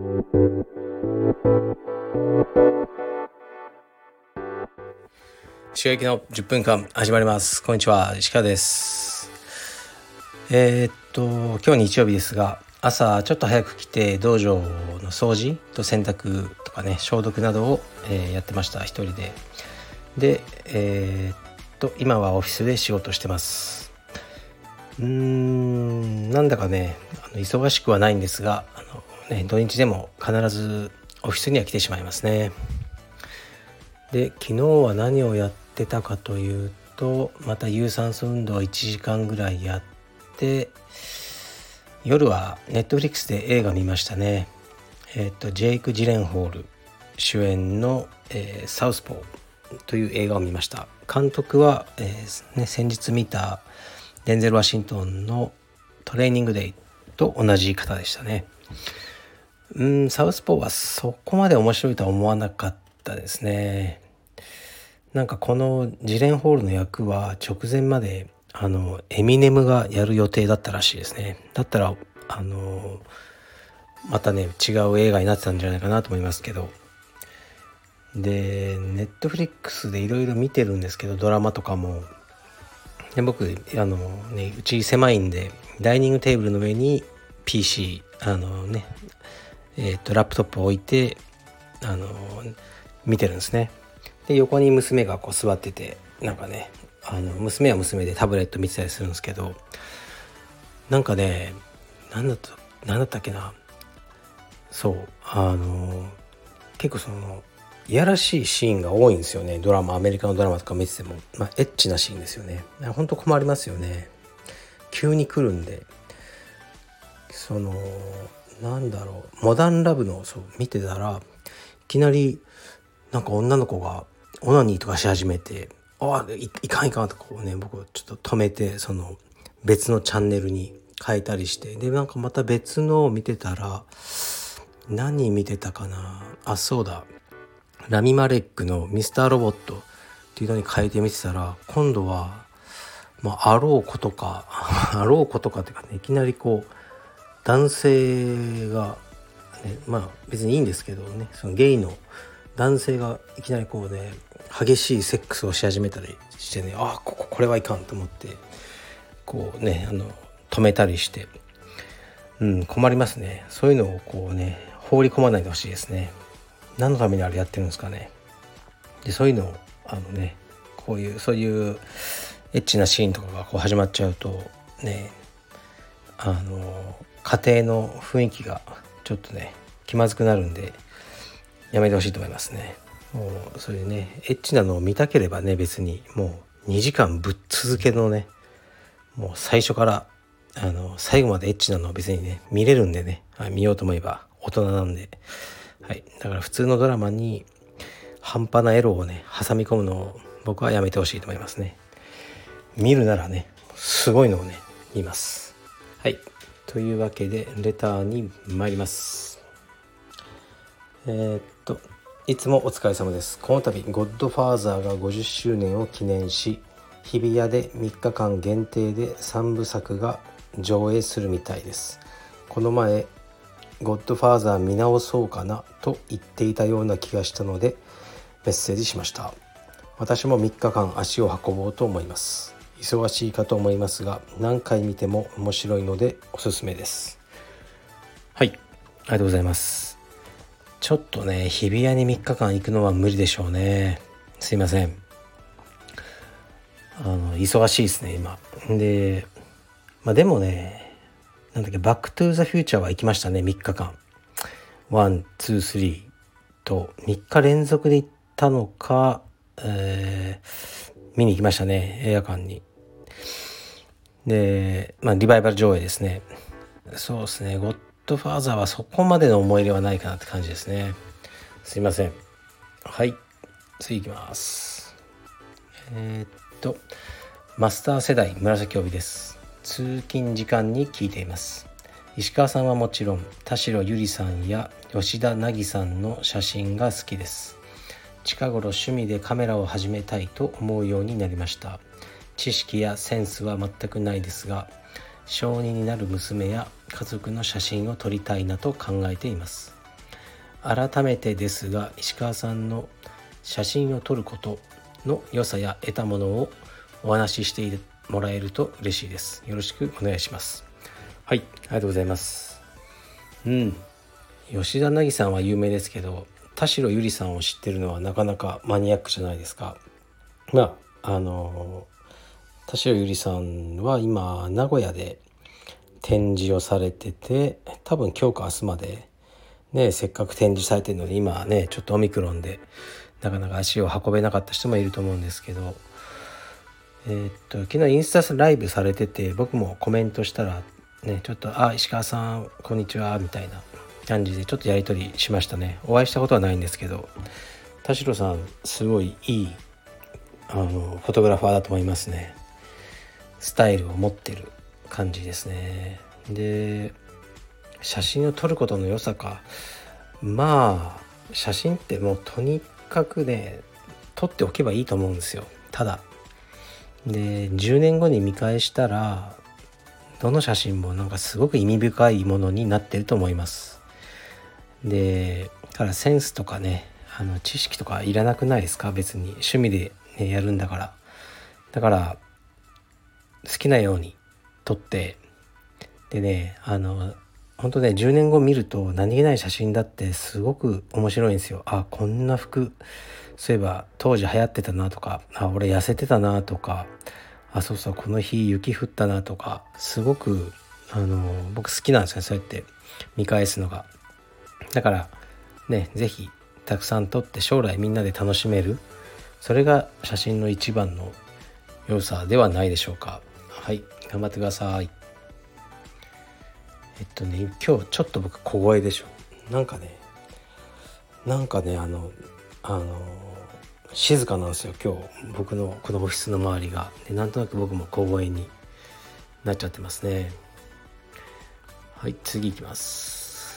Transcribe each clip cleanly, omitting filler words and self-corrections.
石川行きの10分間始まります。こんにちは、石川です。今日日曜日ですが、朝ちょっと早く来て道場の掃除と洗濯とかね、消毒などを、やってました、一人で。で、今はオフィスで仕事してます。なんだかね、忙しくはないんですが、土日でも必ずオフィスには来てしまいますね。で、昨日は何をやってたかというと、また有酸素運動を1時間ぐらいやって、夜はネットフリックスで映画見ましたね。ジェイク・ジレンホール主演の、サウスポーという映画を見ました。監督は、先日見たデンゼル・ワシントンのトレーニングデイと同じ方でしたね。サウスポーはそこまで面白いとは思わなかったですね。なんかこのジレンホールの役は直前までエミネムがやる予定だったらしいですね。だったらまたね違う映画になってたんじゃないかなと思いますけど。で、ネットフリックスでいろいろ見てるんですけど、ドラマとかも。で、僕うち狭いんで、ダイニングテーブルの上に PC ラップトップを置いて見てるんですね。で、横に娘がこう座ってて、なんかね娘は娘でタブレット見てたりするんですけど、なんかねなんだったっけな、そう結構そのいやらしいシーンが多いんですよね。アメリカのドラマとか見てても、エッチなシーンですよね。本当困りますよね。急に来るんで、モダンラブの見てたら、いきなりなんか女の子がオナニーとかし始めて、いかんとか僕ちょっと止めて、別のチャンネルに変えたりして、でなんかまた別のを見てたら、何見てたかな、そうだ、ラミ・マレックのミスターロボットっていうのに変えてみてたら、今度はあろうことかっていうかね、いきなりこう男性が、別にいいんですけどね、そのゲイの男性がいきなりこうね激しいセックスをし始めたりしてね、これはいかんと思ってこうね止めたりして、困りますね。そういうのをこうね放り込まないでほしいですね。何のためにあれやってるんですかね。で、そういうのをそういうエッチなシーンとかがこう始まっちゃうとね、家庭の雰囲気がちょっとね気まずくなるんで、やめてほしいと思いますね。もうそういうねエッチなのを見たければね、別にもう2時間ぶっ続けのね、もう最初から最後までエッチなのを別にね見れるんでね、見ようと思えば大人なんで、だから普通のドラマに半端なエロをね挟み込むのを僕はやめてほしいと思いますね。見るならねすごいのをね見ます。というわけでレターに参ります。いつもお疲れ様です。この度ゴッドファーザーが50周年を記念し、日比谷で3日間限定で3部作が上映するみたいです。この前ゴッドファーザー見直そうかなと言っていたような気がしたのでメッセージしました。私も3日間足を運ぼうと思います。忙しいかと思いますが、何回見ても面白いのでおすすめです。ありがとうございます。ちょっとね日比谷に3日間行くのは無理でしょうね。すいません。忙しいですね今で。でもね、バックトゥーザフューチャーは行きましたね。3日間1、2、3と3日連続で行ったのか、見に行きましたね、映画館に。で、リバイバル上映ですね。そうですね、ゴッドファーザーはそこまでの思い入れはないかなって感じですね。すいません。次行きます。マスター世代紫帯です。通勤時間に聞いています。石川さんはもちろん田代ゆりさんや吉田凪さんの写真が好きです。近頃趣味でカメラを始めたいと思うようになりました。知識やセンスは全くないですが、小2になる娘や家族の写真を撮りたいなと考えています。 改めてですが、石川さんの写真を撮ることの良さや得たものをお話ししてもらえると嬉しいです。よろしくお願いします。はい、ありがとうございます。吉田凪さんは有名ですけど、田代ゆりさんを知ってるのはなかなかマニアックじゃないですか。田代ゆりさんは今名古屋で展示をされてて、多分今日か明日までね、せっかく展示されてるので、今ねちょっとオミクロンでなかなか足を運べなかった人もいると思うんですけど、昨日インスタライブされてて、僕もコメントしたらね、ちょっと石川さんこんにちはみたいな感じでちょっとやり取りしましたね。お会いしたことはないんですけど、田代さんすごいいいフォトグラファーだと思いますね。スタイルを持ってる感じですね。で、写真を撮ることの良さか、写真ってもうとにかくね撮っておけばいいと思うんですよ。ただで10年後に見返したら、どの写真もなんかすごく意味深いものになってると思います。でからセンスとかね、知識とかいらなくないですか？別に趣味で、ね、やるんだから。だから好きなように撮って、でね本当ね10年後見ると何気ない写真だってすごく面白いんですよ。こんな服そういえば当時流行ってたなとか、俺痩せてたなとか、そうそうこの日雪降ったなとか、すごく僕好きなんですよ、そうやって見返すのが。だからね、ぜひたくさん撮って将来みんなで楽しめる、それが写真の一番の良さではないでしょうか。はい、頑張ってください。今日ちょっと僕小声でしょ。なんかね静かなんですよ今日、僕のこのオフィスの周りが。でなんとなく僕も小声になっちゃってますね。はい、次いきます。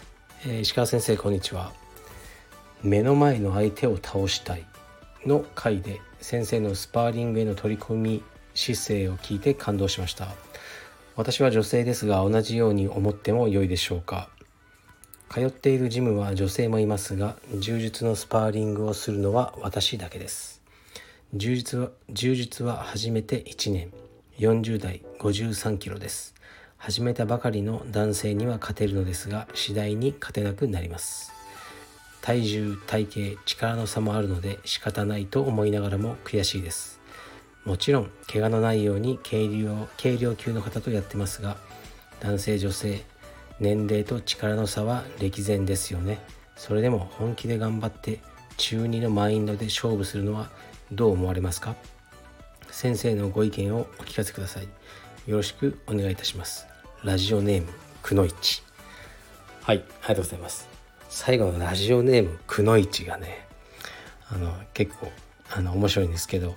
石川先生こんにちは。目の前の相手を倒したいの回で先生のスパーリングへの取り組み姿勢を聞いて感動しました。私は女性ですが同じように思っても良いでしょうか？通っているジムは女性もいますが、柔術のスパーリングをするのは私だけです。柔術は始めて1年、40代53キロです。始めたばかりの男性には勝てるのですが、次第に勝てなくなります。体重、体型、力の差もあるので仕方ないと思いながらも悔しいです。もちろん怪我のないように軽量級の方とやってますが、男性女性年齢と力の差は歴然ですよね。それでも本気で頑張って中2のマインドで勝負するのはどう思われますか？先生のご意見をお聞かせください。よろしくお願いいたします。ラジオネームくのいち。はい、ありがとうございます。最後のラジオネームくのいちがね、結構面白いんですけど、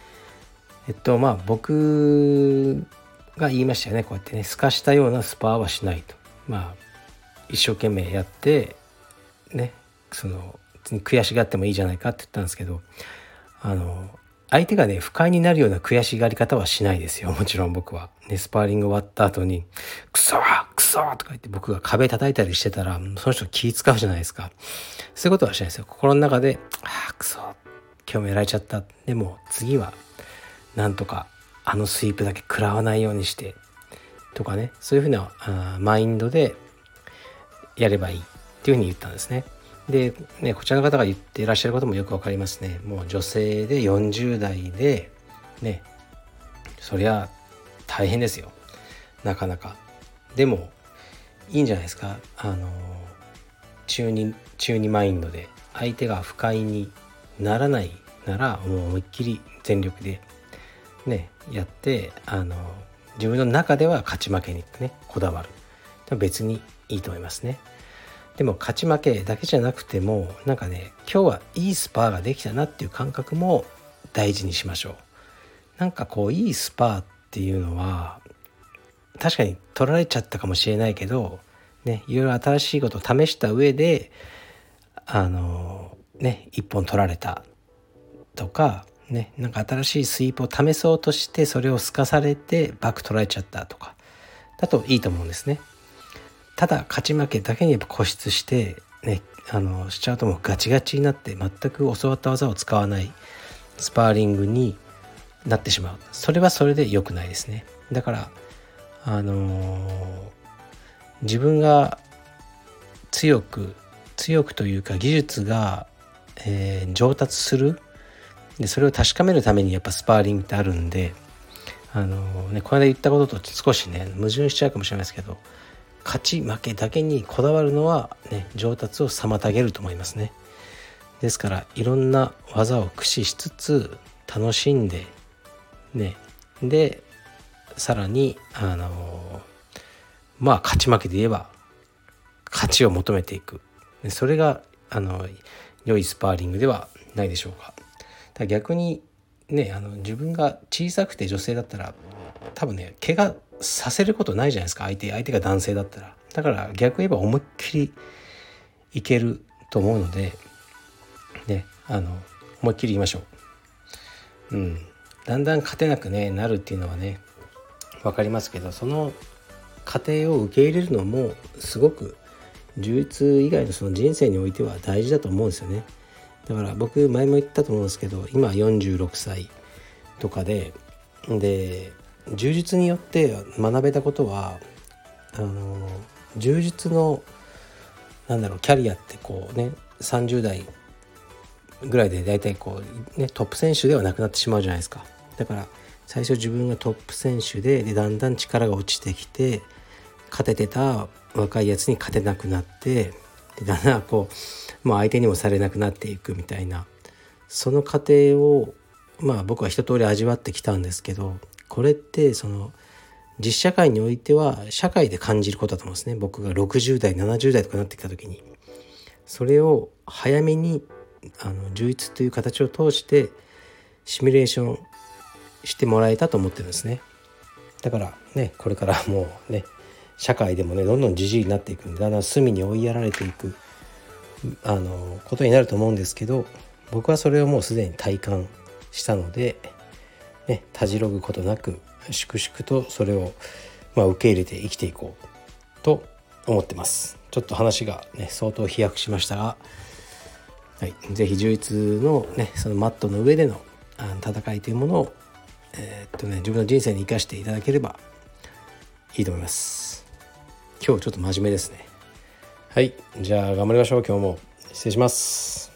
僕が言いましたよね。こうやってね、透かしたようなスパーはしないと。一生懸命やってね、悔しがってもいいじゃないかって言ったんですけど、相手がね不快になるような悔しがり方はしないですよ。もちろん僕はね、スパーリング終わった後にクソーとか言って僕が壁叩いたりしてたら、その人気使うじゃないですか。そういうことはしないですよ。心の中でクソ今日もやられちゃった、でも次はなんとかスイープだけ食らわないようにしてとかね、そういうふうなマインドでやればいいっていうふうに言ったんですね。でね、こちらの方が言っていらっしゃることもよくわかりますね。もう女性で40代でね、そりゃ大変ですよ、なかなか。でもいいんじゃないですか。中二マインドで相手が不快にならないなら、もう思いっきり全力でねやって、自分の中では勝ち負けにねこだわる。別にいいと思いますね。でも勝ち負けだけじゃなくても、なんかね、今日はいいスパーができたなっていう感覚も大事にしましょう。なんかこういいスパーっていうのは確かに取られちゃったかもしれないけどね、いろいろ新しいことを試した上で一本取られたとかね、なんか新しいスイープを試そうとしてそれをすかされてバック取られちゃったとかだといいと思うんですね。ただ勝ち負けだけに固執してねしちゃうともうガチガチになって全く教わった技を使わないスパーリングになってしまう。それはそれで良くないですね。だから自分が強くというか技術が、上達するで、それを確かめるためにやっぱスパーリングってあるんで、この間言ったことと少しね矛盾しちゃうかもしれないですけど、勝ち負けだけにこだわるのはね上達を妨げると思いますね。ですからいろんな技を駆使しつつ楽しんでね、でさらに勝ち負けで言えば勝ちを求めていく、それが良いスパーリングではないでしょうか。逆にね自分が小さくて女性だったら多分ね怪我させることないじゃないですか、相手が男性だったら。だから逆言えば思いっきりいけると思うのでね、思いっきり言いましょう。だんだん勝てなく、なるっていうのはね分かりますけど、その過程を受け入れるのもすごく充実以外のその人生においては大事だと思うんですよね。だから僕前も言ったと思うんですけど、今46歳とかで充実によって学べたことは充実のキャリアって30代ぐらいでだいたいトップ選手ではなくなってしまうじゃないですか。だから最初自分がトップ選手でだんだん力が落ちてきて、勝ててた若いやつに勝てなくなって、でだんだんもう相手にもされなくなっていくみたいな、その過程を僕は一通り味わってきたんですけど、これってその実社会においては社会で感じることだと思うんですね。僕が60代70代とかなってきた時にそれを早めに充実という形を通してシミュレーションしてもらえたと思ってるんですね。だからねこれからもうね社会でもねどんどんじじいになっていくんで、だんだん隅に追いやられていくことになると思うんですけど、僕はそれをもうすでに体感したので、たじろぐことなく粛々とそれを受け入れて生きていこうと思ってます。ちょっと話が相当飛躍しましたが、ぜひ充実のそのマットの上での戦いというものを、自分の人生に生かしていただければいいと思います。今日ちょっと真面目ですね。じゃあ頑張りましょう。今日も失礼します。